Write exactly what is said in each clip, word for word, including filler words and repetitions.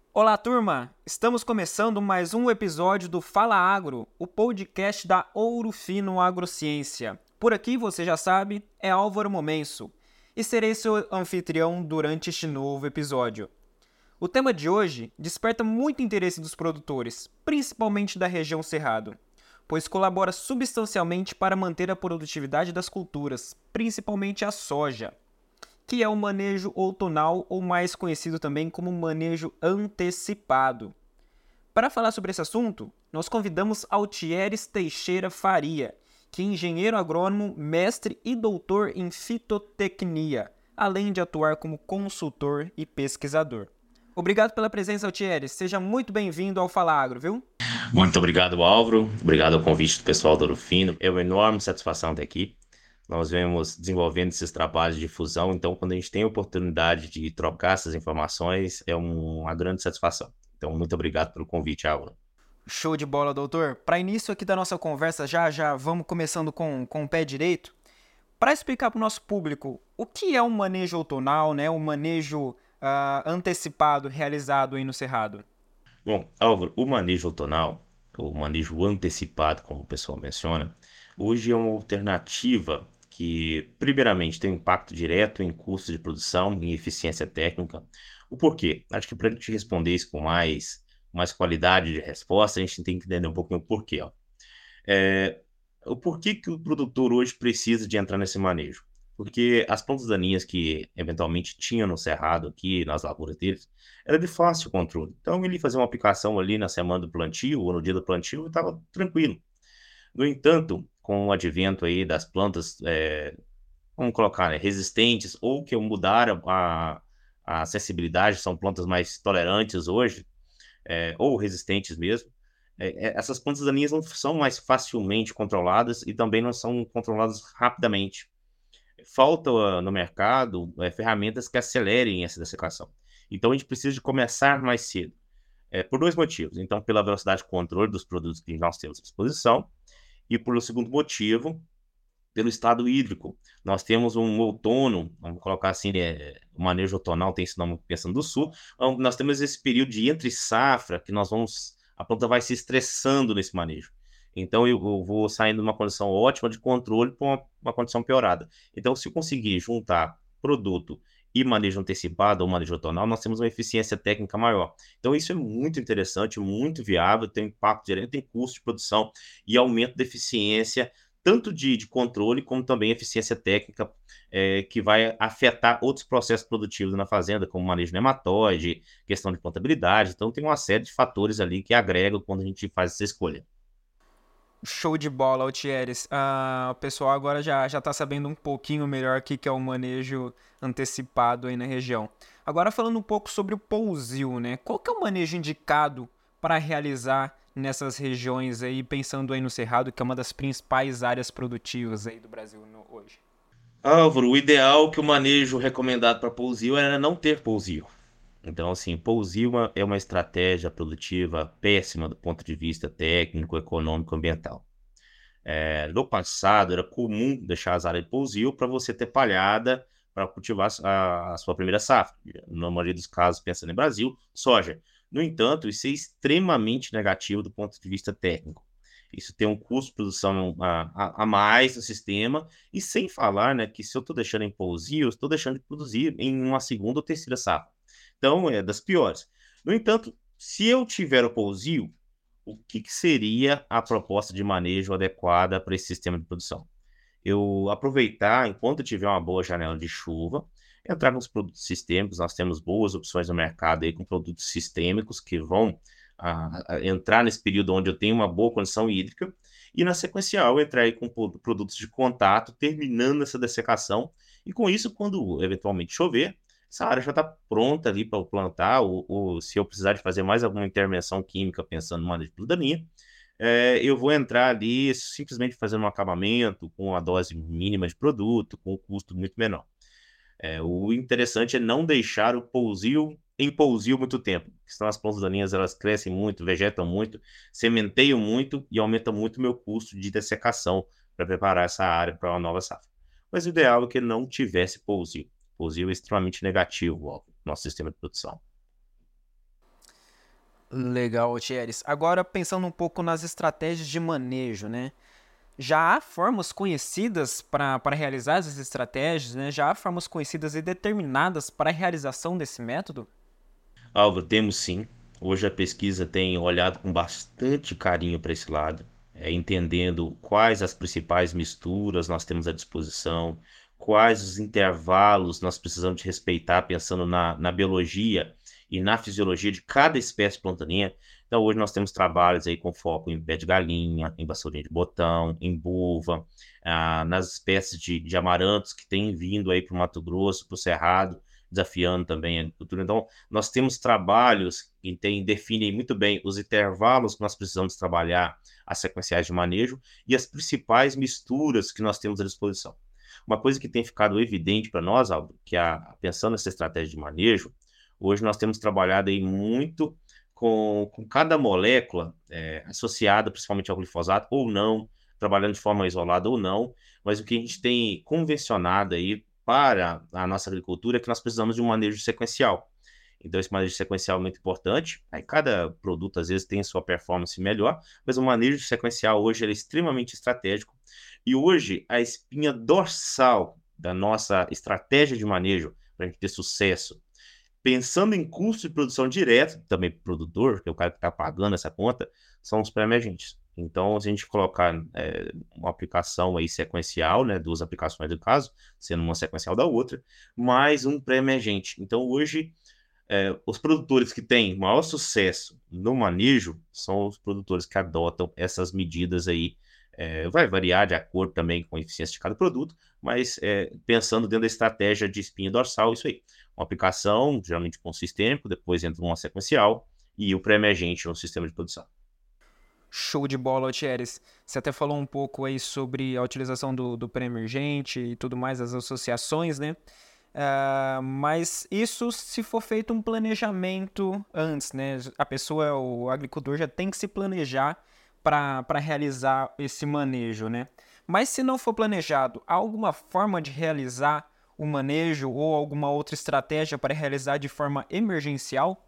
Olá, turma! Estamos começando mais um episódio do Fala Agro, o podcast da Ouro Fino Agrociência. Por aqui, você já sabe, é Álvaro Momenso e serei seu anfitrião durante este novo episódio. O tema de hoje desperta muito interesse dos produtores, principalmente da região Cerrado, pois colabora substancialmente para manter a produtividade das culturas, principalmente a soja, que é o manejo outonal ou mais conhecido também como manejo antecipado. Para falar sobre esse assunto, nós convidamos Altieres Teixeira Faria, que é engenheiro agrônomo, mestre e doutor em fitotecnia, além de atuar como consultor e pesquisador. Obrigado pela presença, Altieres. Seja muito bem-vindo ao Fala Agro, viu? Muito obrigado, Álvaro. Obrigado ao convite do pessoal do Ouro Fino. É uma enorme satisfação estar aqui. Nós vemos desenvolvendo esses trabalhos de fusão, então quando a gente tem a oportunidade de trocar essas informações, é um- uma grande satisfação. Então, muito obrigado pelo convite, Álvaro. Show de bola, doutor. Para início aqui da nossa conversa, já já vamos começando com, com o pé direito. Para explicar para o nosso público o que é um manejo outonal, né, um manejo ah, antecipado realizado aí no Cerrado. Bom, Álvaro, o manejo outonal, o manejo antecipado, como o pessoal menciona, hoje é uma alternativa que, primeiramente, tem um impacto direto em custo de produção e eficiência técnica. O porquê? Acho que para a gente responder isso com mais, mais qualidade de resposta, a gente tem que entender um pouquinho o porquê. Ó. É, o porquê que o produtor hoje precisa de entrar nesse manejo? Porque as plantas daninhas que eventualmente tinha no cerrado aqui, nas lavouras deles, era de fácil controle. Então ele fazia uma aplicação ali na semana do plantio ou no dia do plantio e estava tranquilo. No entanto, com o advento aí das plantas, é, vamos colocar, né, resistentes ou que mudaram a, a acessibilidade, são plantas mais tolerantes hoje, é, ou resistentes mesmo, é, é, essas plantas daninhas não são mais facilmente controladas e também não são controladas rapidamente. Falta uh, no mercado é, ferramentas que acelerem essa dessecação. Então a gente precisa de começar mais cedo, é, por dois motivos. Então, pela velocidade de controle dos produtos que nós temos à disposição, e por o segundo motivo, pelo estado hídrico. Nós temos um outono, vamos colocar assim, é, o manejo outonal tem esse nome pensando do sul, onde nós temos esse período de entre safra, que nós vamos, a planta vai se estressando nesse manejo. Então eu, eu vou saindo de uma condição ótima de controle para uma, uma condição piorada. Então, se eu conseguir juntar produto e manejo antecipado ou manejo outonal, nós temos uma eficiência técnica maior. Então, isso é muito interessante, muito viável, tem impacto direto em custo de produção e aumento da eficiência tanto de, de controle como também eficiência técnica, é, que vai afetar outros processos produtivos na fazenda, como manejo de nematóide, questão de plantabilidade. Então, tem uma série de fatores ali que agregam quando a gente faz essa escolha. Show de bola, Altieres. Ah, o pessoal agora já já está sabendo um pouquinho melhor o que que é o manejo antecipado aí na região. Agora falando um pouco sobre o pousio, né? Qual que é o manejo indicado para realizar nessas regiões aí, pensando aí no Cerrado, que é uma das principais áreas produtivas aí do Brasil no- hoje? Álvaro, o ideal que o manejo recomendado para pousio era não ter pousio. Então, assim, pousio é uma estratégia produtiva péssima do ponto de vista técnico, econômico, ambiental. É, no passado, era comum deixar as áreas de pousio para você ter palhada para cultivar a, a sua primeira safra. Na maioria dos casos, pensando em Brasil, soja. No entanto, isso é extremamente negativo do ponto de vista técnico. Isso tem um custo de produção a, a, a mais no sistema, e sem falar, né, que se eu estou deixando em pousio, eu estou deixando de produzir em uma segunda ou terceira safra. Então, é das piores. No entanto, se eu tiver o pousio, o que, que seria a proposta de manejo adequada para esse sistema de produção? Eu aproveitar, enquanto eu tiver uma boa janela de chuva, entrar nos produtos sistêmicos. Nós temos boas opções no mercado aí com produtos sistêmicos que vão ah, ah, entrar nesse período onde eu tenho uma boa condição hídrica, e na sequencial entrar aí com pro- produtos de contato, terminando essa dessecação, e com isso, quando eventualmente chover, essa área já está pronta ali para eu plantar, ou, ou se eu precisar de fazer mais alguma intervenção química pensando no manejo de daninha, é, eu vou entrar ali simplesmente fazendo um acabamento com a dose mínima de produto, com um custo muito menor. É, o interessante é não deixar o pousio em pousio muito tempo, senão as plantas daninhas elas crescem muito, vegetam muito, sementeiam muito e aumentam muito o meu custo de dessecação para preparar essa área para uma nova safra. Mas o ideal é que não tivesse pousio. Pousio é extremamente negativo ao nosso sistema de produção. Legal, Thieres. Agora, pensando um pouco nas estratégias de manejo, né? Já há formas conhecidas para para realizar essas estratégias, né? Já há formas conhecidas e determinadas para a realização desse método? Álvaro, temos sim. Hoje a pesquisa tem olhado com bastante carinho para esse lado, é, entendendo quais as principais misturas nós temos à disposição, quais os intervalos nós precisamos de respeitar, pensando na, na biologia e na fisiologia de cada espécie plantaninha. Então, hoje nós temos trabalhos aí com foco em pé de galinha, em vassourinha de botão, em buva, ah, nas espécies de, de amarantos que têm vindo aí para o Mato Grosso, para o Cerrado, desafiando também a agricultura. Então, nós temos trabalhos que tem, definem muito bem os intervalos que nós precisamos trabalhar, as sequenciais de manejo e as principais misturas que nós temos à disposição. Uma coisa que tem ficado evidente para nós, Aldo, que a, pensando nessa estratégia de manejo, hoje nós temos trabalhado aí muito com, com cada molécula é, associada principalmente ao glifosato ou não, trabalhando de forma isolada ou não, mas o que a gente tem convencionado aí para a nossa agricultura é que nós precisamos de um manejo sequencial. Então, esse manejo sequencial é muito importante. Aí, cada produto, às vezes, tem sua performance melhor, mas o manejo sequencial hoje é extremamente estratégico. E hoje, a espinha dorsal da nossa estratégia de manejo, para a gente ter sucesso, pensando em custo de produção direto, também para o produtor, que é o cara que está pagando essa conta, são os pré-emergentes. Então, se a gente colocar é, uma aplicação aí sequencial, né, duas aplicações do caso, sendo uma sequencial da outra, mais um pré-emergente. Então, hoje, é, os produtores que têm maior sucesso no manejo são os produtores que adotam essas medidas aí. É, vai variar de acordo também com a eficiência de cada produto, mas é, pensando dentro da estratégia de espinha dorsal, isso aí. Uma aplicação, geralmente com um sistêmico, depois entra uma sequencial e o pré-emergente no sistema de produção. Show de bola, Thieres. Você até falou um pouco aí sobre a utilização do, do pré-emergente e tudo mais, as associações, né? Uh, mas isso se for feito um planejamento antes, né? A pessoa, o agricultor já tem que se planejar para realizar esse manejo, né? Mas se não for planejado, há alguma forma de realizar o manejo ou alguma outra estratégia para realizar de forma emergencial?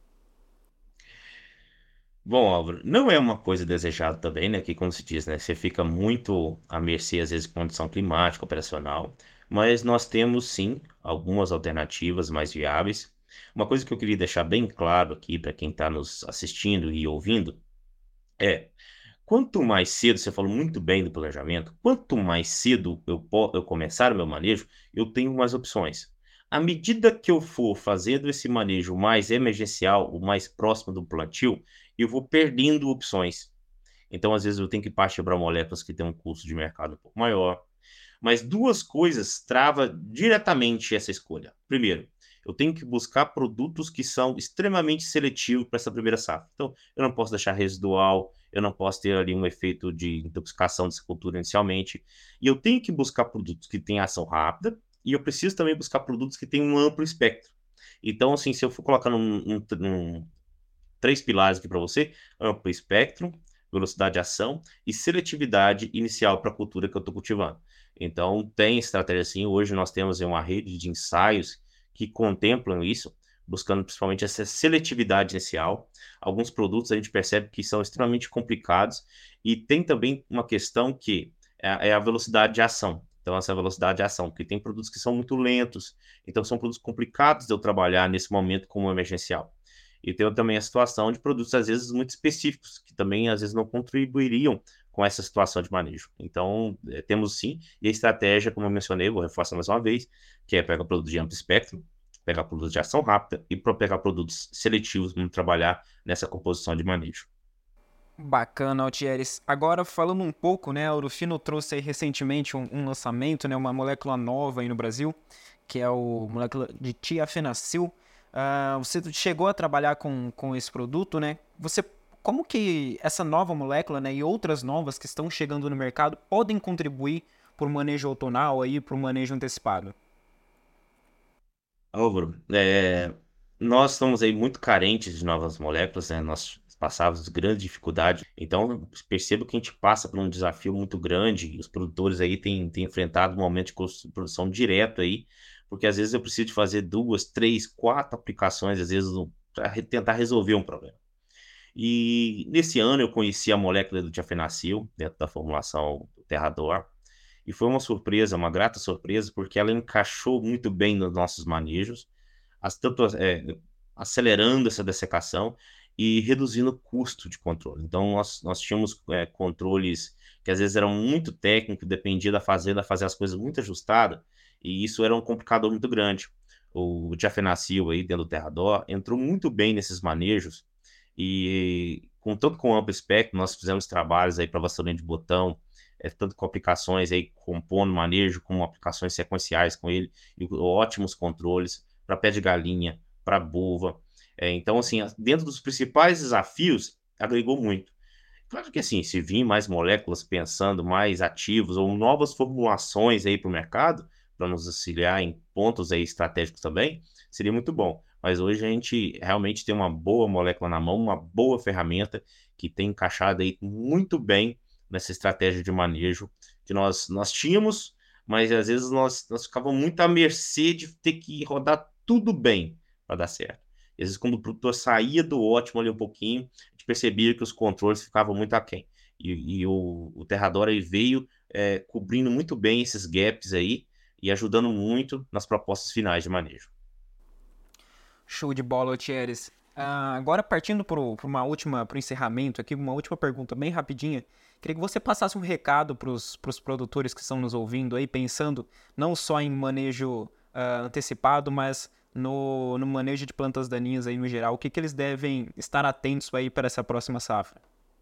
Bom, Álvaro, não é uma coisa desejada também, né? Que, como se diz, né? Você fica muito à mercê, às vezes, de condição climática, operacional. Mas nós temos, sim, algumas alternativas mais viáveis. Uma coisa que eu queria deixar bem claro aqui para quem está nos assistindo e ouvindo é: quanto mais cedo, você falou muito bem do planejamento, quanto mais cedo eu, eu começar o meu manejo, eu tenho mais opções. À medida que eu for fazendo esse manejo mais emergencial, o mais próximo do plantio, eu vou perdendo opções. Então, às vezes, eu tenho que partir para moléculas que têm um custo de mercado um pouco maior. Mas duas coisas travam diretamente essa escolha. Primeiro, eu tenho que buscar produtos que são extremamente seletivos para essa primeira safra. Então, eu não posso deixar residual, eu não posso ter ali um efeito de intoxicação dessa cultura inicialmente. E eu tenho que buscar produtos que têm ação rápida e eu preciso também buscar produtos que têm um amplo espectro. Então, assim, se eu for colocando um, um, um, três pilares aqui para você: amplo espectro, velocidade de ação e seletividade inicial para a cultura que eu estou cultivando. Então, tem estratégia assim. Hoje nós temos uma rede de ensaios que contemplam isso, buscando principalmente essa seletividade inicial. Alguns produtos a gente percebe que são extremamente complicados e tem também uma questão que é a velocidade de ação. Então, essa velocidade de ação, porque tem produtos que são muito lentos, então são produtos complicados de eu trabalhar nesse momento como emergencial. E tem também a situação de produtos, às vezes, muito específicos, que também, às vezes, não contribuiriam com essa situação de manejo. Então, é, temos sim, e a estratégia, como eu mencionei, vou reforçar mais uma vez, que é pegar produtos de amplo espectro, pegar produtos de ação rápida e pegar produtos seletivos para trabalhar nessa composição de manejo. Bacana, Altieres. Agora, falando um pouco, né, a Ourofino trouxe aí recentemente um, um lançamento, né, uma molécula nova aí no Brasil, que é o molécula de tiafenacil. Uh, você chegou a trabalhar com, com esse produto, né? Você, como que essa nova molécula, né, e outras novas que estão chegando no mercado podem contribuir para o manejo outonal aí, para o manejo antecipado? Álvaro, é, nós estamos aí muito carentes de novas moléculas, né? Nós passávamos grande dificuldade. Então, percebo que a gente passa por um desafio muito grande. E os produtores aí têm, têm enfrentado um aumento de custo de produção direto aí, porque às vezes eu preciso de fazer duas, três, quatro aplicações, às vezes, para tentar resolver um problema. E nesse ano eu conheci a molécula do tiafenacil dentro da formulação do Terrador. E foi uma surpresa, uma grata surpresa, porque ela encaixou muito bem nos nossos manejos, as, tanto é, acelerando essa dessecação e reduzindo o custo de controle. Então, nós, nós tínhamos é, controles que às vezes eram muito técnicos, dependia da fazenda fazer as coisas muito ajustadas, e isso era um complicador muito grande. O tiafenacil aí dentro do Terrador entrou muito bem nesses manejos, e com tanto com amplo espectro, nós fizemos trabalhos aí para vassourinha de botão, é, tanto com aplicações aí compondo manejo, como aplicações sequenciais com ele, e ótimos controles para pé de galinha, para buva. É, então, assim, dentro dos principais desafios, agregou muito. Claro que, assim, se vir mais moléculas pensando mais ativos ou novas formulações aí para o mercado, para nos auxiliar em pontos aí estratégicos também, seria muito bom. Mas hoje a gente realmente tem uma boa molécula na mão, uma boa ferramenta que tem encaixado aí muito bem nessa estratégia de manejo que nós, nós tínhamos, mas às vezes nós, nós ficávamos muito à mercê de ter que rodar tudo bem para dar certo. E às vezes, quando o produtor saía do ótimo ali um pouquinho, a gente percebia que os controles ficavam muito aquém. E, e o, o Terrador aí veio é, cobrindo muito bem esses gaps aí e ajudando muito nas propostas finais de manejo. Show de bola, Thieres. Ah, agora partindo para uma última, para o encerramento aqui, uma última pergunta bem rapidinha. Queria que você passasse um recado para os produtores que estão nos ouvindo aí, pensando não só em manejo ah, antecipado, mas no, no manejo de plantas daninhas aí no geral. O que, que eles devem estar atentos aí para essa próxima safra?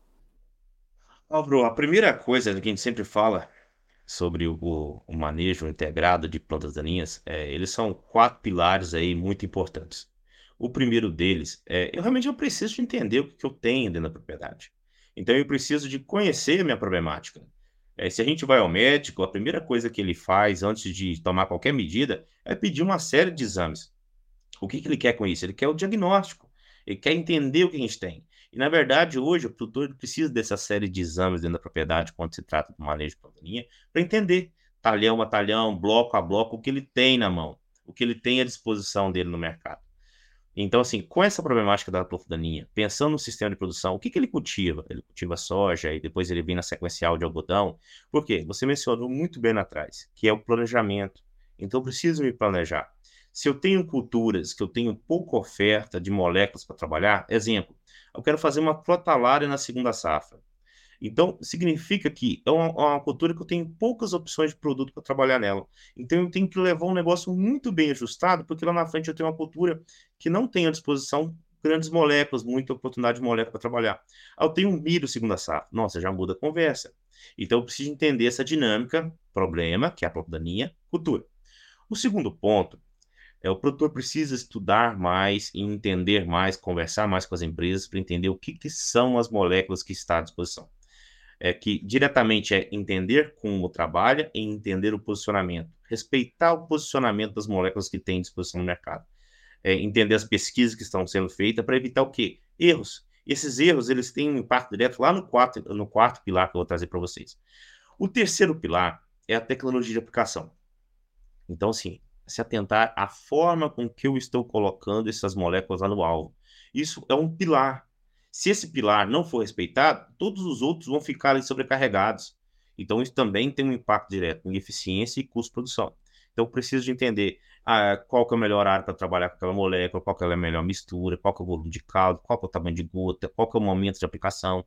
Álvaro, a primeira coisa que a gente sempre fala sobre o, o- o manejo integrado de plantas daninhas, é, eles são quatro pilares aí muito importantes. O primeiro deles é, eu realmente eu preciso de entender o que que eu tenho dentro da propriedade. Então eu preciso de conhecer a minha problemática. É, se a gente vai ao médico, a primeira coisa que ele faz antes de tomar qualquer medida é pedir uma série de exames. O que que ele quer com isso? Ele quer o diagnóstico, ele quer entender o que a gente tem. E, na verdade, hoje, o produtor precisa dessa série de exames dentro da propriedade, quando se trata do manejo de plantaninha, para entender, talhão a talhão, bloco a bloco, o que ele tem na mão, o que ele tem à disposição dele no mercado. Então, assim, com essa problemática da plantaninha, pensando no sistema de produção, o que que ele cultiva? Ele cultiva soja e depois ele vem na sequencial de algodão. Por quê? Você mencionou muito bem lá atrás, que é o planejamento. Então, eu preciso me planejar. Se eu tenho culturas que eu tenho pouca oferta de moléculas para trabalhar, exemplo, eu quero fazer uma crotalária na segunda safra. Então, significa que é uma, uma cultura que eu tenho poucas opções de produto para trabalhar nela. Então, eu tenho que levar um negócio muito bem ajustado, porque lá na frente eu tenho uma cultura que não tem à disposição grandes moléculas, muita oportunidade de molécula para trabalhar. Ah, eu tenho um milho segunda safra. Nossa, já muda a conversa. Então, eu preciso entender essa dinâmica, problema, que é a própria daninha, cultura. O segundo ponto é o produtor precisa estudar mais e entender mais, conversar mais com as empresas para entender o que, que são as moléculas que estão à disposição. É que diretamente é entender como trabalha e entender o posicionamento, respeitar o posicionamento das moléculas que tem à disposição no mercado, é, entender as pesquisas que estão sendo feitas para evitar o quê? Erros. E esses erros eles têm um impacto direto lá no quarto, no quarto pilar que eu vou trazer para vocês. O terceiro pilar é a tecnologia de aplicação. Então, assim, se atentar à forma com que eu estou colocando essas moléculas lá no alvo. Isso é um pilar. Se esse pilar não for respeitado, todos os outros vão ficar ali sobrecarregados. Então, isso também tem um impacto direto em eficiência e custo de produção. Então, eu preciso de entender ah, qual que é a melhor área para trabalhar com aquela molécula, qual que é a melhor mistura, qual que é o volume de caldo, qual que é o tamanho de gota, qual que é o momento de aplicação.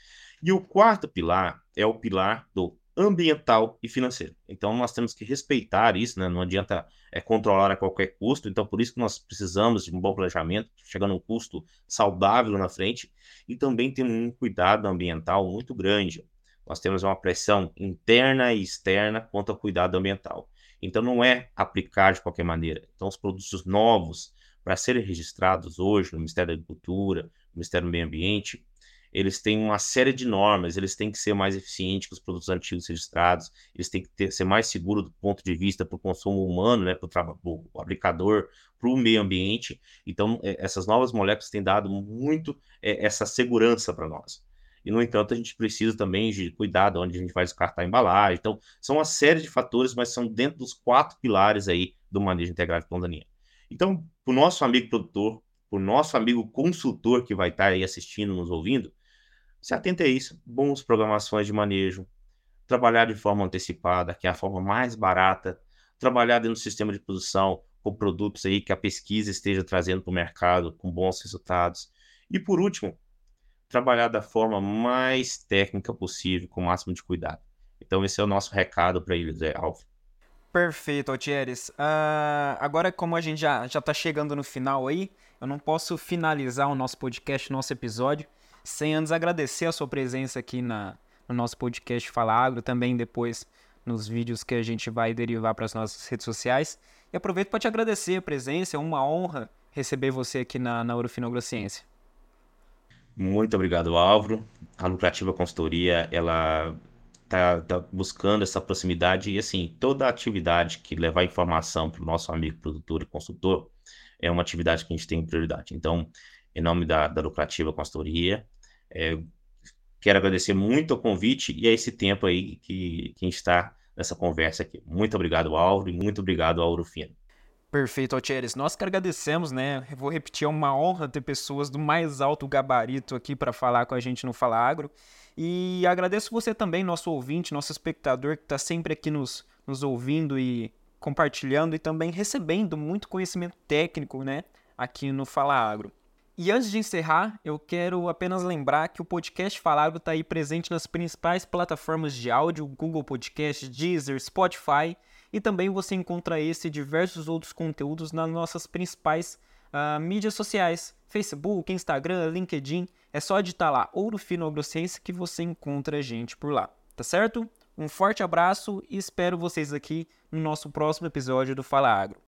E o quarto pilar é o pilar do ambiental e financeiro. Então, nós temos que respeitar isso, né? Não adianta é, controlar a qualquer custo. Então, por isso que nós precisamos de um bom planejamento, chegando a um custo saudável na frente, e também tem um cuidado ambiental muito grande. Nós temos uma pressão interna e externa quanto ao cuidado ambiental. Então, não é aplicar de qualquer maneira. Então, os produtos novos, para serem registrados hoje no Ministério da Agricultura, no Ministério do Meio Ambiente, eles têm uma série de normas, eles têm que ser mais eficientes que os produtos antigos registrados, eles têm que ter, ser mais seguros do ponto de vista para o consumo humano, né, para o aplicador, para o meio ambiente. Então, é, essas novas moléculas têm dado muito é, essa segurança para nós. E, no entanto, a gente precisa também de cuidado onde a gente vai descartar a embalagem. Então, são uma série de fatores, mas são dentro dos quatro pilares aí do manejo integrado de plantaninha. Então, para o nosso amigo produtor, o nosso amigo consultor que vai estar aí assistindo, nos ouvindo, se atente a isso. Bons programações de manejo, trabalhar de forma antecipada, que é a forma mais barata, trabalhar dentro do sistema de produção com produtos aí que a pesquisa esteja trazendo para o mercado com bons resultados. E por último, trabalhar da forma mais técnica possível, com o máximo de cuidado. Então esse é o nosso recado para eles, é, Alvo. Perfeito, Altieres. Ah, agora, como a gente já, já tá chegando no final aí, eu não posso finalizar o nosso podcast, o nosso episódio, sem antes agradecer a sua presença aqui na, no nosso podcast Fala Agro, também depois nos vídeos que a gente vai derivar para as nossas redes sociais. E aproveito para te agradecer a presença, é uma honra receber você aqui na, na Ourofino Agrociência. Muito obrigado, Álvaro. A Lucrativa Consultoria, ela tá, tá buscando essa proximidade e, assim, toda atividade que levar informação para o nosso amigo produtor e consultor é uma atividade que a gente tem prioridade. Então, em nome da, da Lucrativa Consultoria, é, quero agradecer muito o convite e a esse tempo aí que, que a gente está nessa conversa aqui. Muito obrigado, Álvaro, e muito obrigado ao Ourofino. Perfeito, Altieres. Nós que agradecemos, né? Eu vou repetir, é uma honra ter pessoas do mais alto gabarito aqui para falar com a gente no Fala Agro. E agradeço você também, nosso ouvinte, nosso espectador, que está sempre aqui nos, nos ouvindo e compartilhando e também recebendo muito conhecimento técnico, né? Aqui no Fala Agro. E antes de encerrar, eu quero apenas lembrar que o podcast Fala Agro está aí presente nas principais plataformas de áudio, Google Podcast, Deezer, Spotify, e também você encontra esse e diversos outros conteúdos nas nossas principais uh, mídias sociais, Facebook, Instagram, LinkedIn. É só digitar lá Ourofino Agrociência que você encontra a gente por lá, tá certo? Um forte abraço e espero vocês aqui no nosso próximo episódio do Fala Agro.